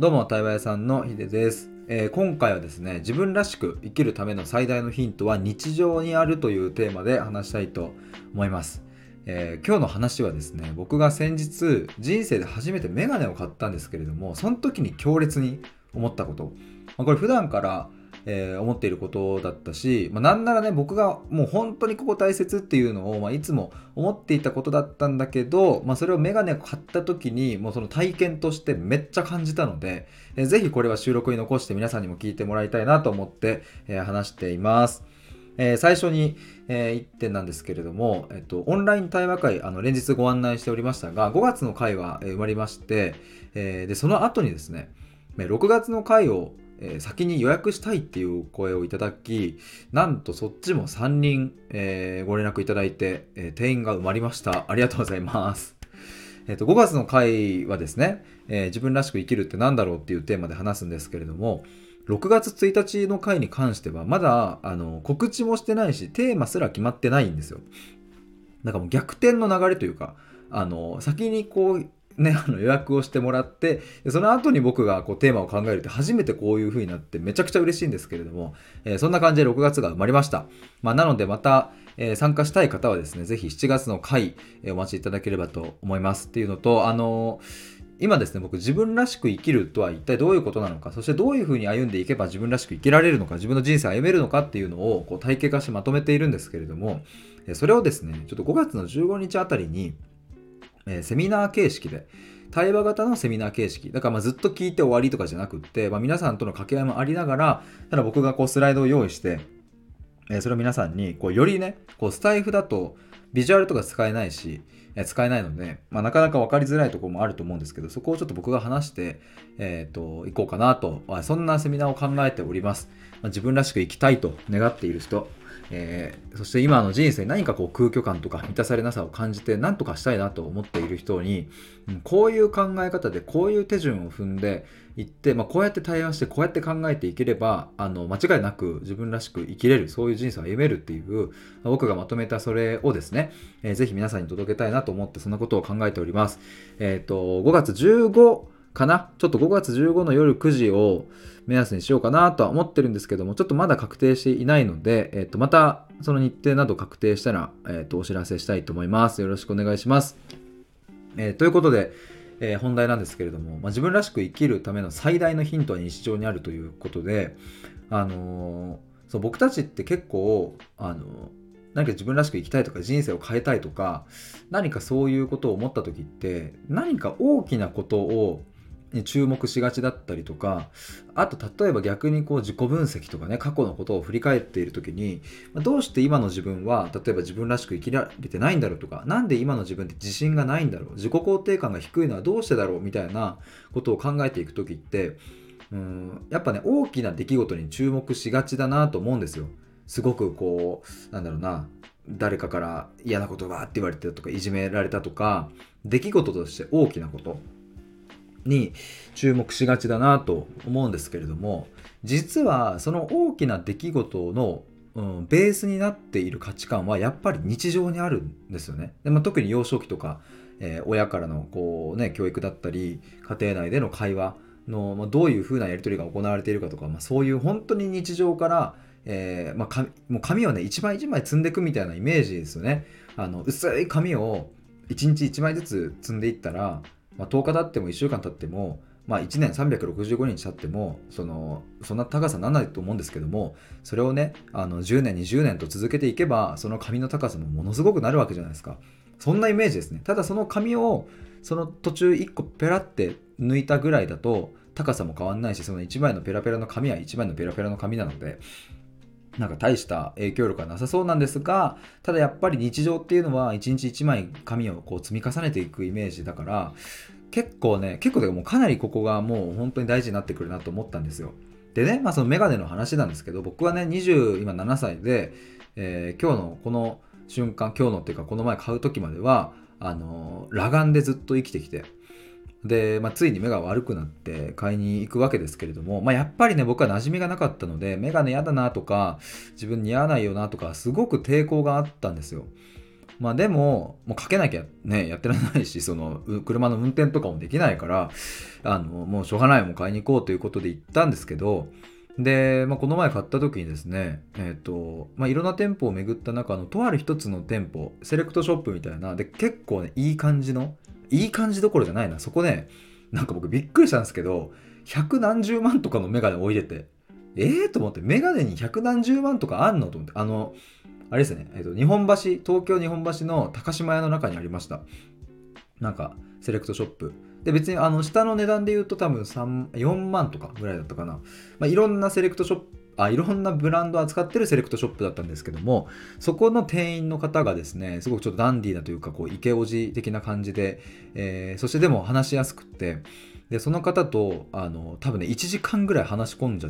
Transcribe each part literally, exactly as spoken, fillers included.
どうも、対話屋さんのヒデです、えー今回はですね、自分らしく生きるための最大のヒントは日常にあるというテーマで話したいと思います。えー今日の話はですね、僕が先日人生で初めてメガネを買ったんですけれども、その時に強烈に思ったこと、まあこれ普段から、えー思っていることだったし、まあ、なんならね、僕がもう本当にここ大切っていうのを、まあ、いつも思っていたことだったんだけど、まあ、それをメガネを買った時にもうその体験としてめっちゃ感じたので、えーぜひこれは収録に残して皆さんにも聞いてもらいたいなと思って、えー話しています。えー最初に、えーいってんなんですけれども、えっと、オンライン対話会、あの連日ご案内しておりましたが、ごがつの会は、えー埋まりまして、えーでその後にですね、えーろくがつの会を、えー先に予約したいっていう声をいただき、なんとそっちもさんにん、えーご連絡いただいて、えー定員が埋まりました。ありがとうございます。えっと、ごがつの回はですね、えー自分らしく生きるって何だろうっていうテーマで話すんですけれども、ろくがつついたちの回に関してはまだあの告知もしてないし、テーマすら決まってないんですよ。なんかもう逆転の流れというか、あの先にこうね、あの予約をしてもらって、その後に僕がこうテーマを考えるって初めてこういう風になってめちゃくちゃ嬉しいんですけれども、えーそんな感じでろくがつが埋まりました。まあ、なのでまた、えー参加したい方はですね、ぜひしちがつの回、えーお待ちいただければと思いますっていうのと、あのー今ですね、僕自分らしく生きるとは一体どういうことなのか、そしてどういう風に歩んでいけば自分らしく生きられるのか、自分の人生を歩めるのかっていうのをこう体系化してまとめているんですけれども、えーそれをですね、ちょっとごがつのじゅうごにちあたりに、えーセミナー形式で、対話型のセミナー形式。だからまあずっと聞いて終わりとかじゃなくって、まあ、皆さんとの掛け合いもありながら、ただ僕がこうスライドを用意して、えーそれを皆さんにこうよりね、こうスタイフだとビジュアルとか使えないし、えー使えないので、まあ、なかなか分かりづらいところもあると思うんですけど、そこをちょっと僕が話して、えー、と、いこうかなと、あそんなセミナーを考えております。まあ、自分らしく生きたいと願っている人、えーそして今の人生に何かこう空虚感とか満たされなさを感じて何とかしたいなと思っている人に、うんこういう考え方でこういう手順を踏んでいって、まあ、こうやって対話してこうやって考えていければあの間違いなく自分らしく生きれる、そういう人生を歩めるっていう、まあ僕がまとめたそれをですね、えーぜひ皆さんに届けたいなと思ってそんなことを考えております。えっ、とごがつじゅうごかな、ちょっとごがつじゅうごの夜くじを目安にしようかなとは思ってるんですけども、ちょっとまだ確定していないので、えっとまたその日程など確定したら、えっとお知らせしたいと思います。よろしくお願いします。えーということで、えー本題なんですけれども、まあ、自分らしく生きるための最大のヒントは日常にあるということで、あのーそう僕たちって結構、あのー何か自分らしく生きたいとか人生を変えたいとか何かそういうことを思った時って何か大きなことをに注目しがちだったりとか、あと例えば逆にこう自己分析とかね、過去のことを振り返っている時にまあどうして今の自分は例えば自分らしく生きられてないんだろうとか、なんで今の自分って自信がないんだろう、自己肯定感が低いのはどうしてだろうみたいなことを考えていく時って、うーんやっぱね、大きな出来事に注目しがちだなと思うんですよ。すごくこうなんだろうな、誰かから嫌なことがって言われてたとか、いじめられたとか、出来事として大きなことに注目しがちだなと思うんですけれども、実はその大きな出来事の、うん、ベースになっている価値観はやっぱり日常にあるんですよね。で、まあ、特に幼少期とか、えー親からのこう、ね、教育だったり家庭内での会話の、まあ、どういうふうなやり取りが行われているかとか、まあ、そういう本当に日常から、えーまあ、紙もう紙をね一枚一枚積んでいくみたいなイメージですよね。あの薄い紙をいちにちいちまいずつ積んでいったら、まあ、とおか経ってもいっしゅうかん経っても、まあ、いちねんさんびゃくろくじゅうごにち経ってもそのそんな高さにならないと思うんですけども、それをねあのじゅうねんにじゅうねんと続けていけばその紙の高さもものすごくなるわけじゃないですか。そんなイメージですね。ただその紙をその途中いっこペラって抜いたぐらいだと高さも変わんないし、そのいちまいのペラペラの紙はいちまいのペラペラの紙なので、なんか大した影響力はなさそうなんですが、ただやっぱり日常っていうのはいちにちいちまい紙をこう積み重ねていくイメージだから、結構ね、結構でもうかなりここがもう本当に大事になってくるなと思ったんですよ。でね、まあそのメガネの話なんですけど、僕はねにじゅうななさいで、えー今日のこの瞬間、今日のっていうかこの前買う時まではあのー裸眼でずっと生きてきて、で、まあ、ついに目が悪くなって買いに行くわけですけれども、まあ、やっぱりね僕は馴染みがなかったので、メガネやだなとか自分似合わないよなとかすごく抵抗があったんですよ。 まあでも、もうかけなきゃね、やってられないし、そのう車の運転とかもできないから、あのもうしょうがないもん買いに行こうということで行ったんですけど、で、まあ、この前買った時にですね、えっ、と、まあ、いろんな店舗を巡った中のとある一つの店舗、セレクトショップみたいな、で、結構ね、いい感じの、いい感じどころじゃないな、そこね、なんか僕びっくりしたんですけど、百何十万とかのメガネ置いてて、ええー、と思って、メガネに百何十万とかあんのと思って、あの、あれですね、えっ、と、日本橋、東京日本橋の高島屋の中にありました。なんか、セレクトショップ。で、別にあの、下の値段で言うと多分さん、よんまんとかぐらいだったかな。まあ、いろんなセレクトショップ、あ、いろんなブランドを扱ってるセレクトショップだったんですけども、そこの店員の方がですね、すごくちょっとダンディーなというか、こう、イケオジ的な感じで、えーそしてでも話しやすくって、で、その方と、あの、多分ね、いちじかんぐらい話し込んじゃって、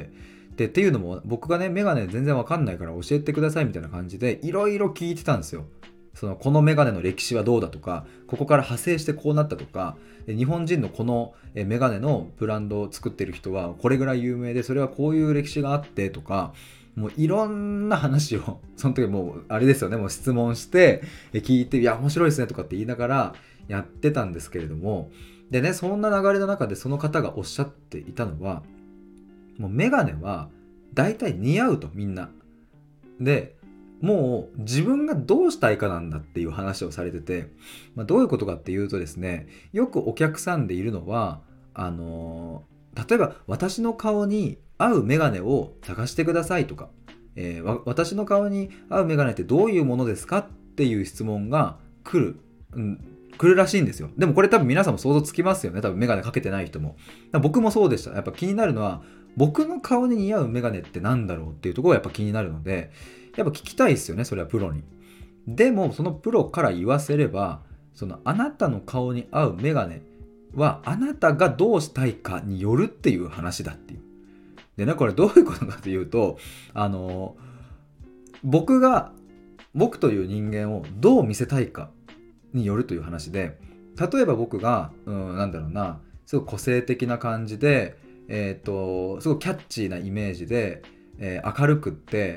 で、っていうのも、僕がね、メガネ全然わかんないから教えてくださいみたいな感じで、いろいろ聞いてたんですよ。そのこのメガネの歴史はどうだとか、ここから派生してこうなったとか、日本人のこのメガネのブランドを作ってる人はこれぐらい有名で、それはこういう歴史があってとか、もういろんな話をその時もうあれですよね、もう質問して聞いて、いや面白いですねとかって言いながらやってたんですけれども、でね、そんな流れの中でその方がおっしゃっていたのは、もうメガネは大体似合うと、みんなで、もう自分がどうしたいかなんだっていう話をされてて、まあ、どういうことかっていうとですね、よくお客さんでいるのは、あのー例えば私の顔に合うメガネを探してくださいとか、えーわ私の顔に合うメガネってどういうものですかっていう質問が来る、うん、来るらしいんですよ。でもこれ多分皆さんも想像つきますよね。多分メガネかけてない人も。だから僕もそうでした。やっぱ気になるのは、僕の顔に似合うメガネってなんだろうっていうところがやっぱ気になるので、やっぱ聞きたいですよね、それはプロに。でもそのプロから言わせれば、そのあなたの顔に合うメガネはあなたがどうしたいかによるっていう話だっていう。でね、これどういうことかというと、あの僕が僕という人間をどう見せたいかによるという話で、例えば僕が、うん、なんだろうな、すごい個性的な感じで、えっ、とすごいキャッチーなイメージで、えー明るくって、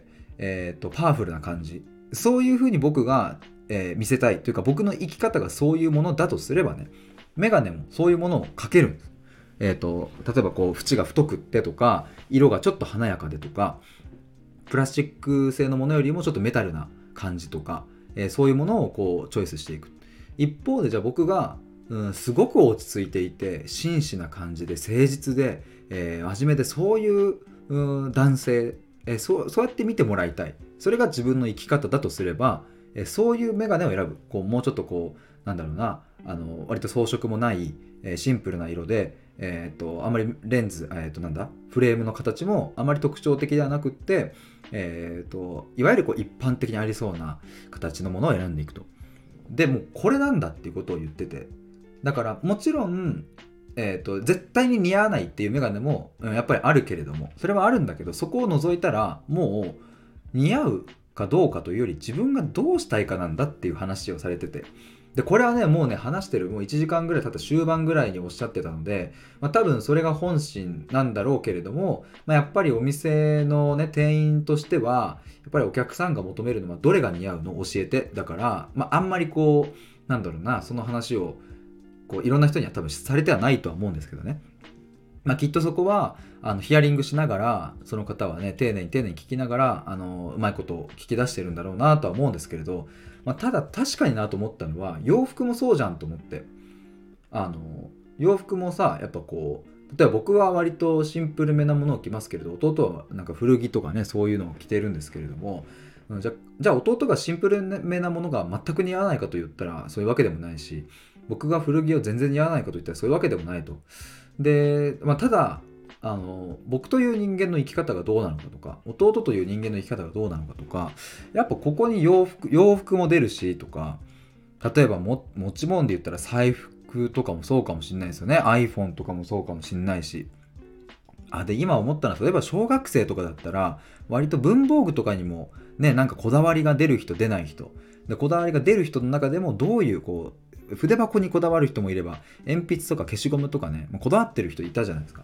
えー、とパワフルな感じ、そういう風に僕が、えー見せたいというか、僕の生き方がそういうものだとすればね、メガネもそういうものをかけるんです。えー、と例えばこう縁が太くってとか、色がちょっと華やかでとか、プラスチック製のものよりもちょっとメタルな感じとか、えーそういうものをこうチョイスしていく。一方でじゃあ僕が、うん、すごく落ち着いていて真摯な感じで誠実で、えー真面目で、そういう、うん、男性、えーそう、そうやって見てもらいたい、それが自分の生き方だとすれば、えーそういうメガネを選ぶ。こうもうちょっとこうなんだろうな、あの割と装飾もない、えーシンプルな色で、えー、とあまりレンズ、えー、となんだフレームの形もあまり特徴的ではなくって、えー、といわゆるこう一般的にありそうな形のものを選んでいくと。でもうこれなんだっていうことを言ってて、だからもちろん、えー、と絶対に似合わないっていうメガネも、うん、やっぱりあるけれども、それはあるんだけど、そこを除いたらもう似合うかどうかというより、自分がどうしたいかなんだっていう話をされてて、でこれはね、もうね話してるもういちじかんぐらい経った終盤ぐらいにおっしゃってたので、まあ、多分それが本心なんだろうけれども、まあ、やっぱりお店のね店員としては、やっぱりお客さんが求めるのはどれが似合うの教えてだから、まあ、あんまりこうなんだろうな、その話をこういろんな人には多分されてはないとは思うんですけどね。まあ、きっとそこはあのヒアリングしながら、その方はね丁寧に丁寧に聞きながら、あのうまいことを聞き出してるんだろうなとは思うんですけれど、まあ、ただ確かになと思ったのは、洋服もそうじゃんと思って、あの洋服もさ、やっぱこう例えば僕は割とシンプルめなものを着ますけれど、弟はなんか古着とかね、そういうのを着てるんですけれども、うんじゃじゃあ弟がシンプルめなものが全く似合わないかと言ったらそういうわけでもないし、僕が古着を全然似合わないかと言ったらそういうわけでもないと。で、まあ、ただあの僕という人間の生き方がどうなのかとか、弟という人間の生き方がどうなのかとか、やっぱここに洋服洋服も出るしとか、例えばも持ち物で言ったら財布とかもそうかもしれないですよね。 iPhone とかもそうかもしれないし、あで今思ったのは、例えば小学生とかだったら割と文房具とかにもね、なんかこだわりが出る人出ない人で、こだわりが出る人の中でもどういうこう筆箱にこだわる人もいれば、鉛筆とか消しゴムとかね、こだわってる人いたじゃないですか。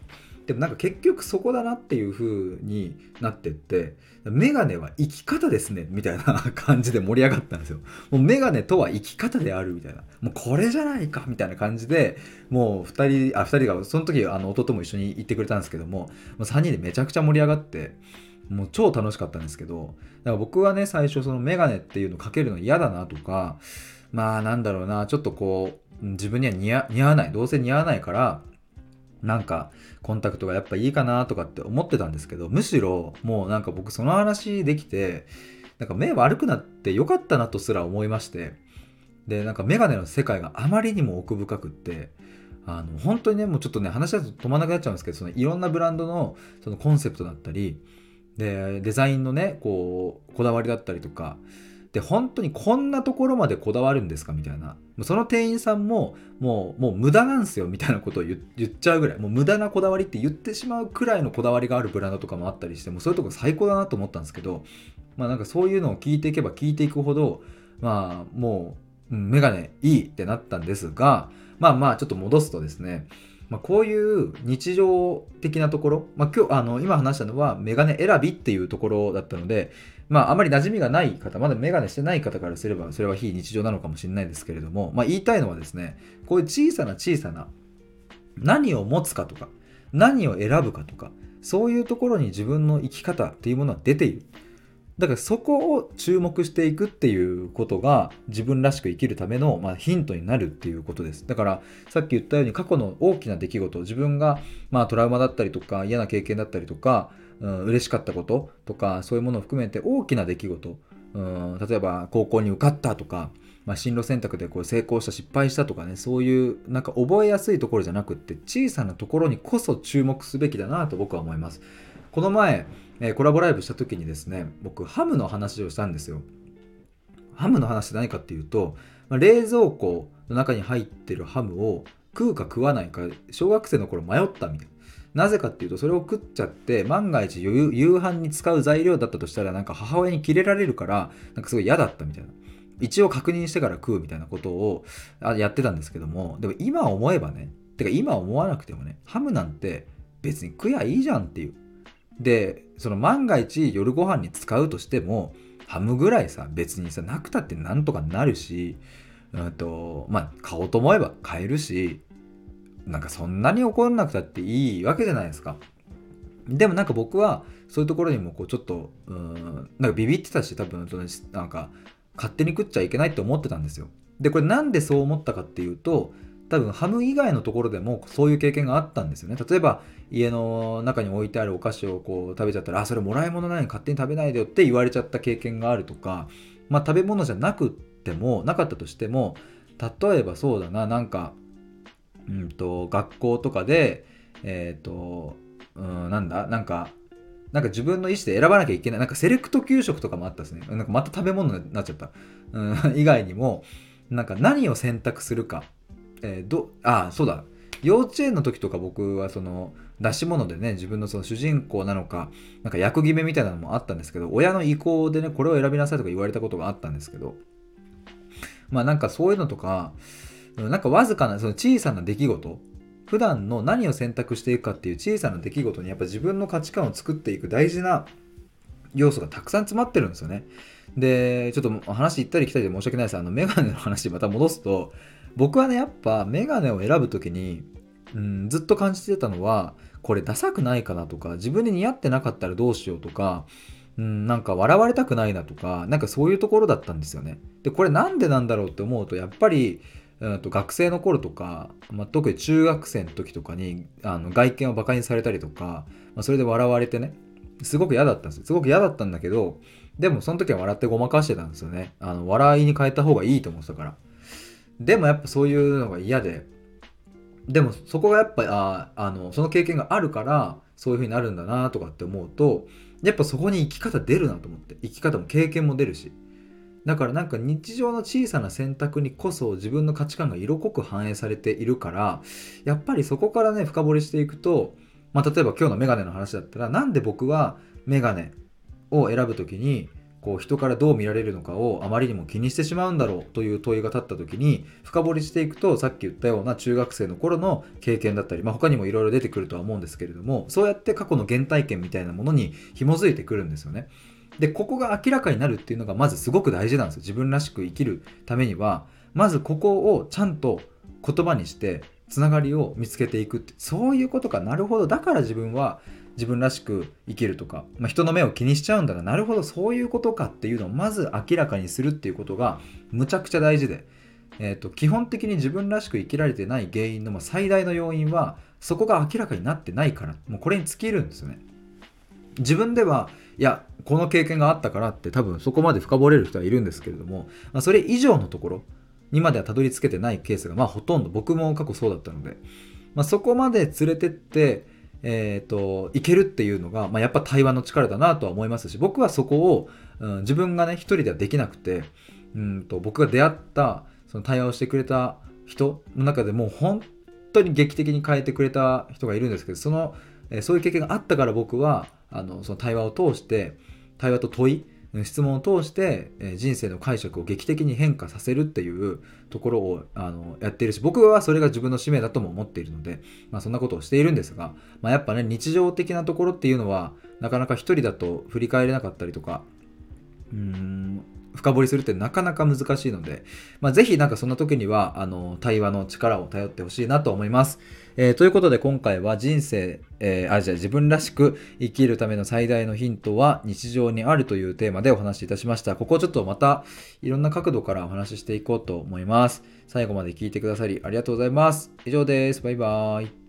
でもなんか結局そこだなっていう風になってって、メガネは生き方ですねみたいな感じで盛り上がったんですよ。もうメガネとは生き方であるみたいな、もうこれじゃないかみたいな感じで、もうふたりあふたりがその時あの弟も一緒に行ってくれたんですけども、もうさんにんでめちゃくちゃ盛り上がって、もう超楽しかったんですけど、だから僕はね最初そのメガネっていうのかけるの嫌だなとか、まあなんだろうな、ちょっとこう自分には似合似合わない、どうせ似合わないからなんかコンタクトがやっぱいいかなとかって思ってたんですけど、むしろもうなんか僕その話できて、なんか目悪くなってよかったなとすら思いまして、でなんかメガネの世界があまりにも奥深くって、あの本当にねもうちょっとね話だと止まらなくなっちゃうんですけど、そのいろんなブランドのそのコンセプトだったりでデザインのねこうこだわりだったりとかで、本当にこんなところまでこだわるんですかみたいな、その店員さんももうもう無駄なんですよみたいなことを 言, 言っちゃうぐらい、もう無駄なこだわりって言ってしまうくらいのこだわりがあるブランドとかもあったりして、もうそういうとこ最高だなと思ったんですけど、まあなんかそういうのを聞いていけば聞いていくほど、まあもう、うん、メガネいいってなったんですが、まあまあちょっと戻すとですね、まあ、こういう日常的なところ、まあ、今日あの今話したのはメガネ選びっていうところだったので、まあ、あまり馴染みがない方、まだメガネしてない方からすればそれは非日常なのかもしれないですけれども、まあ、言いたいのはですね、こういう小さな小さな何を持つかとか何を選ぶかとか、そういうところに自分の生き方っていうものは出ている。だからそこを注目していくっていうことが自分らしく生きるための、まあ、ヒントになるっていうことです。だからさっき言ったように過去の大きな出来事、自分がまあトラウマだったりとか嫌な経験だったりとか、うん、嬉しかったこととかそういうものを含めて大きな出来事、うん、例えば高校に受かったとか、まあ、進路選択でこう成功した失敗したとかね、そういうなんか覚えやすいところじゃなくって小さなところにこそ注目すべきだなと僕は思います。この前えー、コラボライブした時にですね、僕ハムの話をしたんですよ。ハムの話って何かっていうと、まあ、冷蔵庫の中に入ってるハムを食うか食わないか小学生の頃迷ったみたいな。なぜかっていうと、それを食っちゃって万が一夕夕飯に使う材料だったとしたらなんか母親にキレられるからなんかすごい嫌だったみたいな。一応確認してから食うみたいなことをやってたんですけども、でも今思えばね、てか今思わなくてもね、ハムなんて別に食やいいじゃんっていう。でその万が一夜ご飯に使うとしてもハムぐらいさ別にさなくたってなんとかなるし、うんとまあ買おうと思えば買えるし、なんかそんなに怒んなくたっていいわけじゃないですか。でもなんか僕はそういうところにもこうちょっとうーんなんかビビってたし、多分なんか勝手に食っちゃいけないって思ってたんですよ。でこれなんでそう思ったかっていうと、多分ハム以外のところでもそういう経験があったんですよね。例えば家の中に置いてあるお菓子をこう食べちゃったら、あそれもらい物なのに勝手に食べないでよって言われちゃった経験があるとか、まあ食べ物じゃなくってもなかったとしても、例えばそうだな、なんかうんと学校とかでえっ、とうんなんだなんかなんか自分の意思で選ばなきゃいけない、なんかセレクト給食とかもあったですね。なんかまた食べ物になっちゃった、うん、以外にもなんか何を選択するか、えー、どあそうだ幼稚園の時とか僕はその出し物でね、自分のその主人公なのかなんか役決めみたいなのもあったんですけど、親の意向でねこれを選びなさいとか言われたことがあったんですけど、まあなんかそういうのとか、なんかわずかなその小さな出来事、普段の何を選択していくかっていう小さな出来事にやっぱ自分の価値観を作っていく大事な要素がたくさん詰まってるんですよね。でちょっと話行ったり来たりで申し訳ないです。あのメガネの話また戻すと、僕はねやっぱメガネを選ぶときに、うん、ずっと感じてたのは、これダサくないかなとか、自分に似合ってなかったらどうしようとか、うん、なんか笑われたくないなとか、なんかそういうところだったんですよね。でこれなんでなんだろうって思うと、やっぱりうんと学生の頃とか、まあ、特に中学生の時とかにあの外見をバカにされたりとか、まあ、それで笑われてね、すごく嫌だったんですよ。すごく嫌だったんだけど、でもその時は笑ってごまかしてたんですよね。あの笑いに変えた方がいいと思ってたから。でもやっぱそういうのが嫌で、でもそこがやっぱああのその経験があるからそういう風になるんだなとかって思うと、やっぱそこに生き方出るなと思って、生き方も経験も出るし、だからなんか日常の小さな選択にこそ自分の価値観が色濃く反映されているから、やっぱりそこからね深掘りしていくと、まあ、例えば今日のメガネの話だったら、なんで僕はメガネを選ぶときにこう人からどう見られるのかをあまりにも気にしてしまうんだろうという問いが立った時に、深掘りしていくと、さっき言ったような中学生の頃の経験だったり、まあ、他にもいろいろ出てくるとは思うんですけれども、そうやって過去の原体験みたいなものに紐づいてくるんですよね。でここが明らかになるっていうのがまずすごく大事なんですよ。自分らしく生きるためにはまずここをちゃんと言葉にしてつながりを見つけていくって、そういうことか、なるほど、だから自分は自分らしく生きるとか、まあ、人の目を気にしちゃうんだが、なるほどそういうことかっていうのをまず明らかにするっていうことがむちゃくちゃ大事で、えーと、基本的に自分らしく生きられてない原因のまあ最大の要因はそこが明らかになってないから、もうこれに尽きるんですよね。自分ではいやこの経験があったからって多分そこまで深掘れる人はいるんですけれども、まあ、それ以上のところにまではたどり着けてないケースがまあほとんど、僕も過去そうだったので、まあ、そこまで連れてってえー、といけるっていうのが、まあ、やっぱ対話の力だなとは思いますし、僕はそこを、うん、自分がね一人ではできなくて、うんと僕が出会ったその対話をしてくれた人の中でもう本当に劇的に変えてくれた人がいるんですけど、その、えーそういう経験があったから僕はあのその対話を通して対話と問い質問を通して、えー人生の解釈を劇的に変化させるっていうところをあのやっているし、僕はそれが自分の使命だとも思っているので、まあ、そんなことをしているんですが、まあ、やっぱね日常的なところっていうのはなかなか一人だと振り返れなかったりとか、うーん深掘りするってなかなか難しいので、まあ、ぜひなんかそんな時にはあの対話の力を頼ってほしいなと思います。えーということで今回は人生、えーあじゃあ自分らしく生きるための最大のヒントは日常にあるというテーマでお話しいたしました。ここをちょっとまたいろんな角度からお話ししていこうと思います。最後まで聞いてくださりありがとうございます。以上です。バイバーイ。